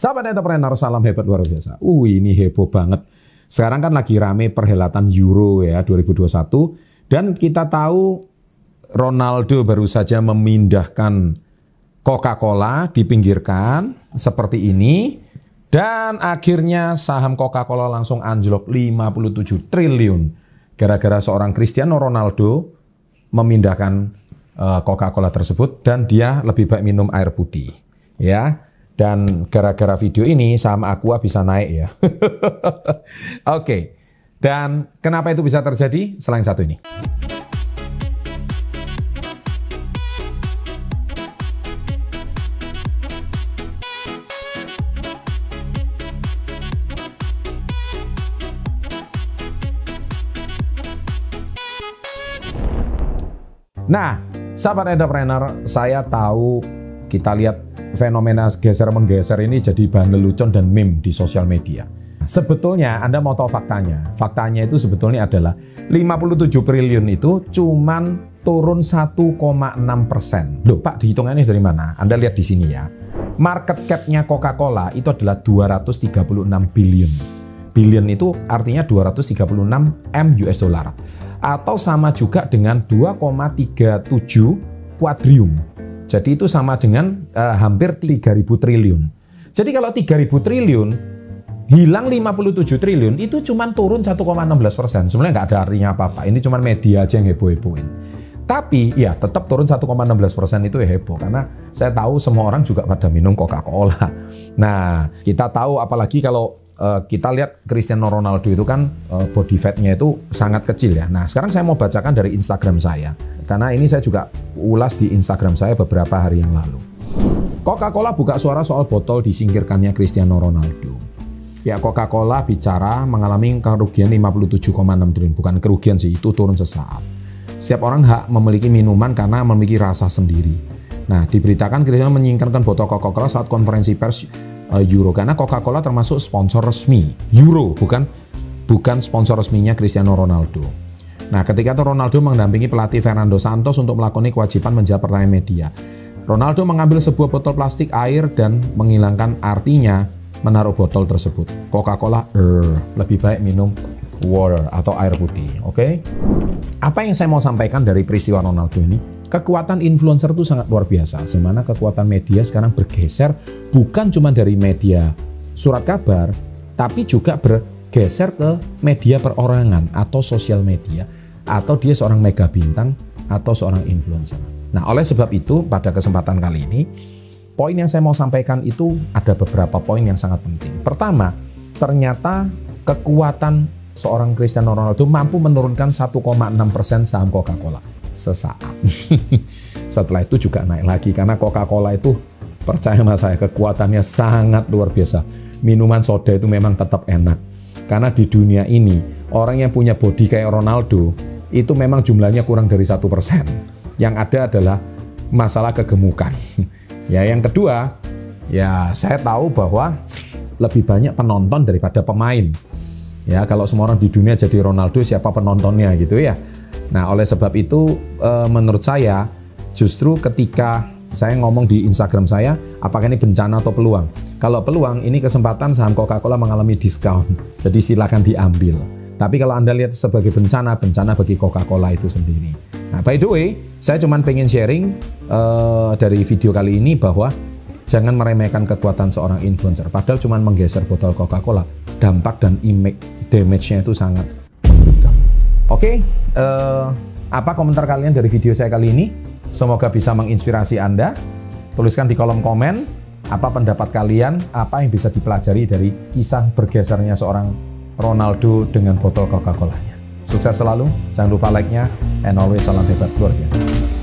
Sahabat entrepreneur, salam hebat luar biasa. Ini heboh banget. Sekarang kan lagi rame perhelatan Euro ya 2021. Dan kita tahu Ronaldo baru saja memindahkan Coca-Cola, dipinggirkan seperti ini. Dan akhirnya saham Coca-Cola langsung anjlok 57 triliun. Gara-gara seorang Cristiano Ronaldo memindahkan Coca-Cola tersebut. Dan dia lebih baik minum air putih. Ya. Dan gara-gara video ini saham Aqua bisa naik ya. Oke. Dan kenapa itu bisa terjadi? Selain satu ini. Nah, sahabat entrepreneur, saya tahu kita lihat fenomena geser-menggeser ini jadi bahan lelucon dan meme di sosial media. Sebetulnya Anda mau tahu faktanya. Faktanya itu sebetulnya adalah 57 triliun itu cuman turun 1,6%. Loh Pak, dihitungannya dari mana? Anda lihat di sini ya. Market cap-nya Coca-Cola itu adalah 236 billion. Billion itu artinya 236 M US dollar. Atau sama juga dengan 2,37 kuadrium. Jadi itu sama dengan hampir 3.000 triliun. Jadi kalau 3.000 triliun, hilang 57 triliun, itu cuma turun 1,16%. Sebenarnya nggak ada artinya apa-apa. Ini cuma media aja yang heboh-hebohin. Tapi ya tetap turun 1,16% itu ya heboh. Karena saya tahu semua orang juga pada minum Coca-Cola. Nah, kita tahu apalagi kalau kita lihat Cristiano Ronaldo itu kan body fat-nya itu sangat kecil ya. Nah, sekarang saya mau bacakan dari Instagram saya. Karena ini saya juga ulas di Instagram saya beberapa hari yang lalu. Coca-Cola buka suara soal botol disingkirkannya Cristiano Ronaldo. Ya, Coca-Cola bicara mengalami kerugian 57,6 triliun. Bukan kerugian sih, itu turun sesaat. Setiap orang hak memiliki minuman karena memiliki rasa sendiri. Nah, diberitakan Cristiano menyingkirkan botol Coca-Cola saat konferensi pers Euro. Karena Coca-Cola termasuk sponsor resmi Euro, bukan sponsor resminya Cristiano Ronaldo. Nah, ketika itu Ronaldo mendampingi pelatih Fernando Santos untuk melakoni kewajiban menjawab pertanyaan media. Ronaldo mengambil sebuah botol plastik air dan menghilangkan artinya menaruh botol tersebut. Coca-Cola, lebih baik minum water atau air putih. Oke? Apa yang saya mau sampaikan dari peristiwa Ronaldo ini? Kekuatan influencer itu sangat luar biasa. Dimana kekuatan media sekarang bergeser bukan cuma dari media surat kabar, tapi juga bergeser ke media perorangan atau sosial media. Atau dia seorang mega bintang atau seorang influencer. Nah, oleh sebab itu pada kesempatan kali ini, poin yang saya mau sampaikan itu ada beberapa poin yang sangat penting. Pertama, ternyata kekuatan seorang Cristiano Ronaldo mampu menurunkan 1,6% saham Coca-Cola sesaat. Setelah itu juga naik lagi karena Coca-Cola itu percaya sama saya kekuatannya sangat luar biasa. Minuman soda itu memang tetap enak. Karena di dunia ini orang yang punya body kayak Ronaldo itu memang jumlahnya kurang dari 1%. Yang ada adalah masalah kegemukan. Ya, yang kedua, ya saya tahu bahwa lebih banyak penonton daripada pemain. Ya, kalau semua orang di dunia jadi Ronaldo, siapa penontonnya gitu ya. Nah, oleh sebab itu menurut saya justru ketika saya ngomong di Instagram saya, apakah ini bencana atau peluang? Kalau peluang, ini kesempatan saham Coca-Cola mengalami diskon. Jadi silakan diambil. Tapi kalau Anda lihat sebagai bencana bagi Coca-Cola itu sendiri. Nah, by the way, saya cuma pengen sharing dari video kali ini bahwa jangan meremehkan kekuatan seorang influencer. Padahal cuma menggeser botol Coca-Cola, dampak dan damage-nya itu sangat mengerikan. Oke, apa komentar kalian dari video saya kali ini? Semoga bisa menginspirasi Anda. Tuliskan di kolom komen apa pendapat kalian, apa yang bisa dipelajari dari kisah bergesernya seorang Ronaldo dengan botol Coca-Colanya. Sukses selalu, jangan lupa like-nya, and always salam hebat luar biasa.